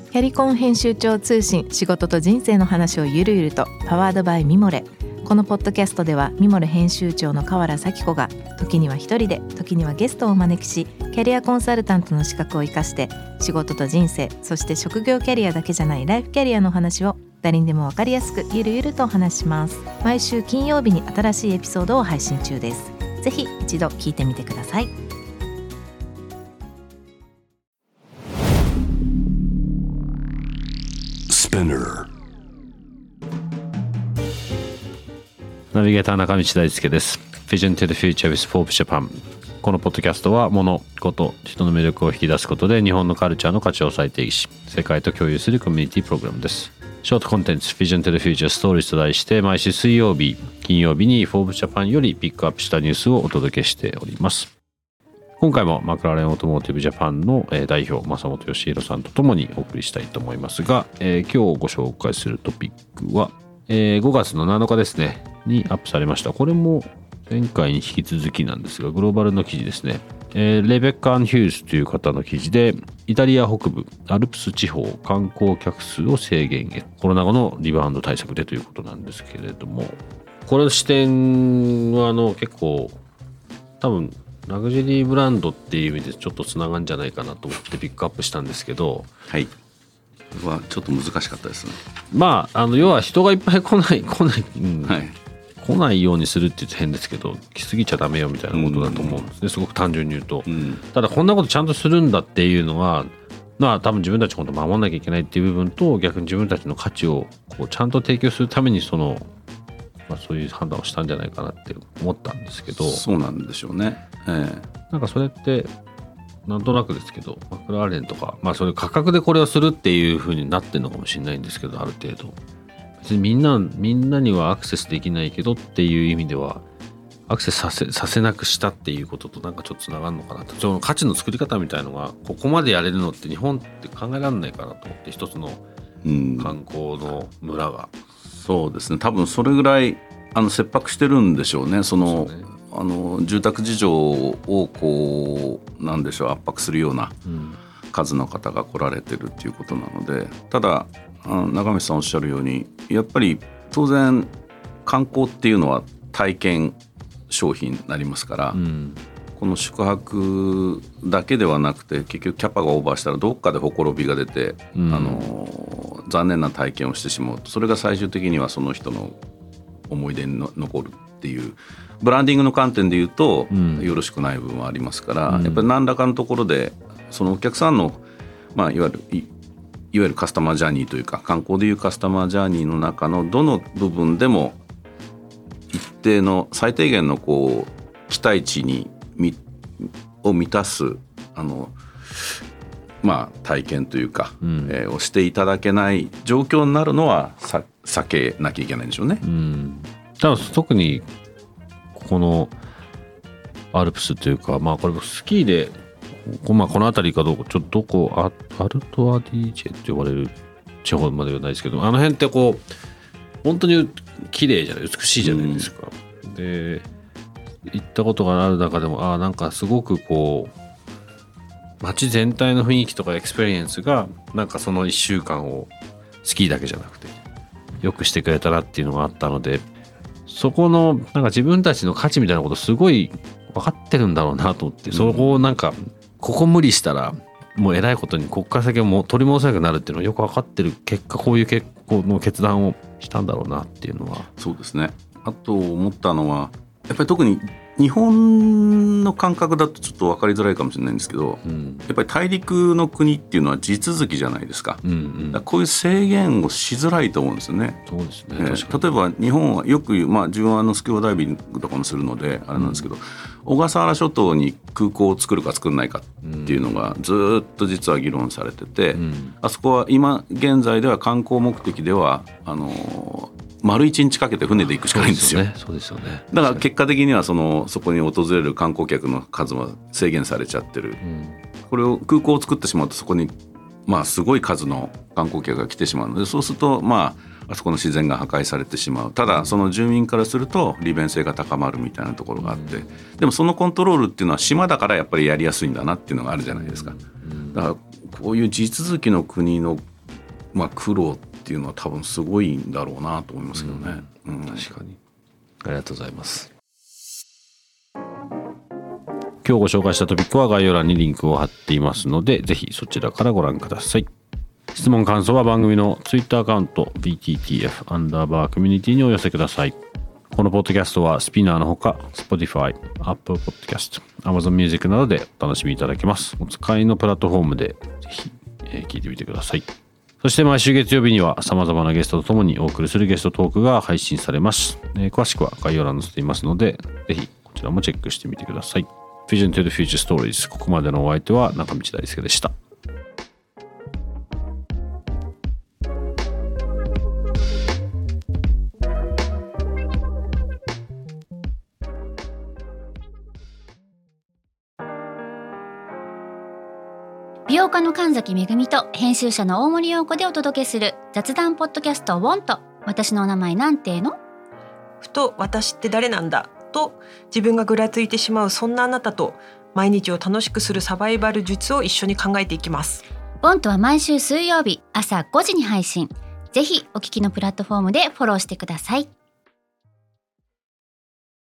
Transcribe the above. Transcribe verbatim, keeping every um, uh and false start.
キャリコン編集長通信、仕事と人生の話をゆるゆると、パワードバイミモレ。このポッドキャストではミモレ編集長の河原咲子が時には一人で、時にはゲストをお招きし、キャリアコンサルタントの資格を生かして仕事と人生、そして職業キャリアだけじゃないライフキャリアの話を誰にでも分かりやすくゆるゆるとお話します。毎週金曜日に新しいエピソードを配信中です。ぜひ一度聞いてみてください。 ナビゲーター中道大輔です。 Vision to the Future with Forbes Japan。 このポッドキャストは物事人の魅力を引き出すことで日本のカルチャーの価値を再定義し世界と共有するコミュニティプログラムです。ショートコンテンツ Vision to the Future Stories と題して毎週水曜日金曜日に Forbes Japan よりピックアップしたニュースをお届けしております。今回もマクラーレンオートモーティブジャパンの代表正本義弘さんとともにお送りしたいと思いますが、えー、今日ご紹介するトピックは、えー、ごがつのなのかですねにアップされました。これも前回に引き続きなんですがグローバルの記事ですね、えー、レベッカ・アン・ヒューズという方の記事で、イタリア北部アルプス地方観光客数を制限へ、コロナ後のリバウンド対策でということなんですけれども、これの視点はあの結構多分ラグジュアリーブランドっていう意味でちょっとつながるんじゃないかなと思ってピックアップしたんですけど、 はい、これはちょっと難しかったですね。 まあ、あの要は人がいっぱい来ない来ない、うんはい、 来ないようにするって言うと変ですけど、来すぎちゃダメよみたいなことだと思うんですね、うん、すごく単純に言うと、うん、ただこんなことちゃんとするんだっていうのは、まあ多分自分たち本当守らなきゃいけないっていう部分と、逆に自分たちの価値をこうちゃんと提供するためにその、まあ、そういう判断をしたんじゃないかなって思ったんですけど。 そうなんでしょうね、ええ、 なんかそれってなんとなくですけどマクラーレンとか、まあそれ価格でこれをするっていう風になってるのかもしれないんですけど、ある程度別にみんなみんなにはアクセスできないけどっていう意味ではアクセスさせ、させなくしたっていうこととなんかちょっとつながるのかなと。その価値の作り方みたいのがここまでやれるのって日本って考えられないかなと思って、一つの観光の村が、 うん、そうですね、多分それぐらいあの切迫してるんでしょうね。そのそうね、 あの住宅事情をこうなんでしょう圧迫するような数の方が来られてるっていうことなので、ただ中道さんおっしゃるようにやっぱり当然観光っていうのは体験商品になりますから、うん、この宿泊だけではなくて結局キャパがオーバーしたらどっかでほころびが出て、うん、あの残念な体験をしてしまうと、それが最終的にはその人の思い出にの残るっていうブランディングの観点で言うと、うん、よろしくない部分はありますから、うん、やっぱり何らかのところでそのお客さんの、まあ、いわゆるい、いわゆるカスタマージャーニーというか観光でいうカスタマージャーニーの中のどの部分でも一定の最低限のこう期待値にみを満たすあの、まあ、体験というか、うんえー、をしていただけない状況になるのはさ避けなきゃいけないんでしょうね。 うん、だから特にこのアルプスというか、まあこれスキーでこ, まあ、この辺りかどうかちょっとどこ ア, アルトアディージェって呼ばれる地方まではないですけど、あの辺ってこう本当に綺麗じゃない美しいじゃないですか、うん、で行ったことがある中でもあなんかすごくこう街全体の雰囲気とかエクスペリエンスがなんかそのいっしゅうかんをスキーだけじゃなくてよくしてくれたなっていうのがあったので、そこのなんか自分たちの価値みたいなことすごい分かってるんだろうなと思って、そこをなんかここ無理したらもうえらいことにここから先はもう取り戻せなくなるっていうのをよく分かってる結果こういう結構の決断をしたんだろうなっていうのは。 そうですね。あと思ったのはやっぱり特に日本の感覚だとちょっと分かりづらいかもしれないんですけど、うん、やっぱり大陸の国っていうのは地続きじゃないですか、うんうん、だからこういう制限をしづらいと思うんですよね。 そうですね、 えー、例えば日本はよく言う、まあ、自分はあのスキューバダイビングとかもするのであれなんですけど、うん、小笠原諸島に空港を作るか作らないかっていうのがずっと実は議論されてて、うん、あそこは今現在では観光目的ではあのー丸一日かけて船で行くしかないんですよ。 そうですよね。 だから結果的にはそのそこに訪れる観光客の数は制限されちゃってる、うん、これを空港を作ってしまうとそこにまあすごい数の観光客が来てしまうので、そうするとまああそこの自然が破壊されてしまう。ただその住民からすると利便性が高まるみたいなところがあって、うん、でもそのコントロールっていうのは島だからやっぱりやりやすいんだなっていうのがあるじゃないですか。だからこういう地続きの国のまあ、苦労っていうのは多分すごいんだろうなと思いますけどね、 うんうん、確かにありがとうございます。今日ご紹介したトピックは概要欄にリンクを貼っていますので、ぜひそちらからご覧ください。質問感想は番組のツイッターアカウント ビーティーティーエフ アンダーバーコミュニティにお寄せください。このポッドキャストはスピナーのほか Spotify、Apple Podcast、Amazon Music などでお楽しみいただけます。お使いのプラットフォームでぜひ、えー、聞いてみてください。そして毎週月曜日には様々なゲストとともにお送りするゲストトークが配信されます。えー、詳しくは概要欄に載せていますので、ぜひこちらもチェックしてみてください。Vision to the Future Stories。ここまでのお相手は中道大輔でした。 美容家の神崎めぐみと編集者の大森洋子でお届けする雑談ポッドキャストウォント。私のお名前なんていうの？ ふと私って誰なんだと自分がぐらついてしまうそんなあなたと毎日を楽しくするサバイバル術を一緒に考えていきます。 ウォントは毎週水曜日朝ごじに配信。ぜひお聞きのプラットフォームでフォローしてください。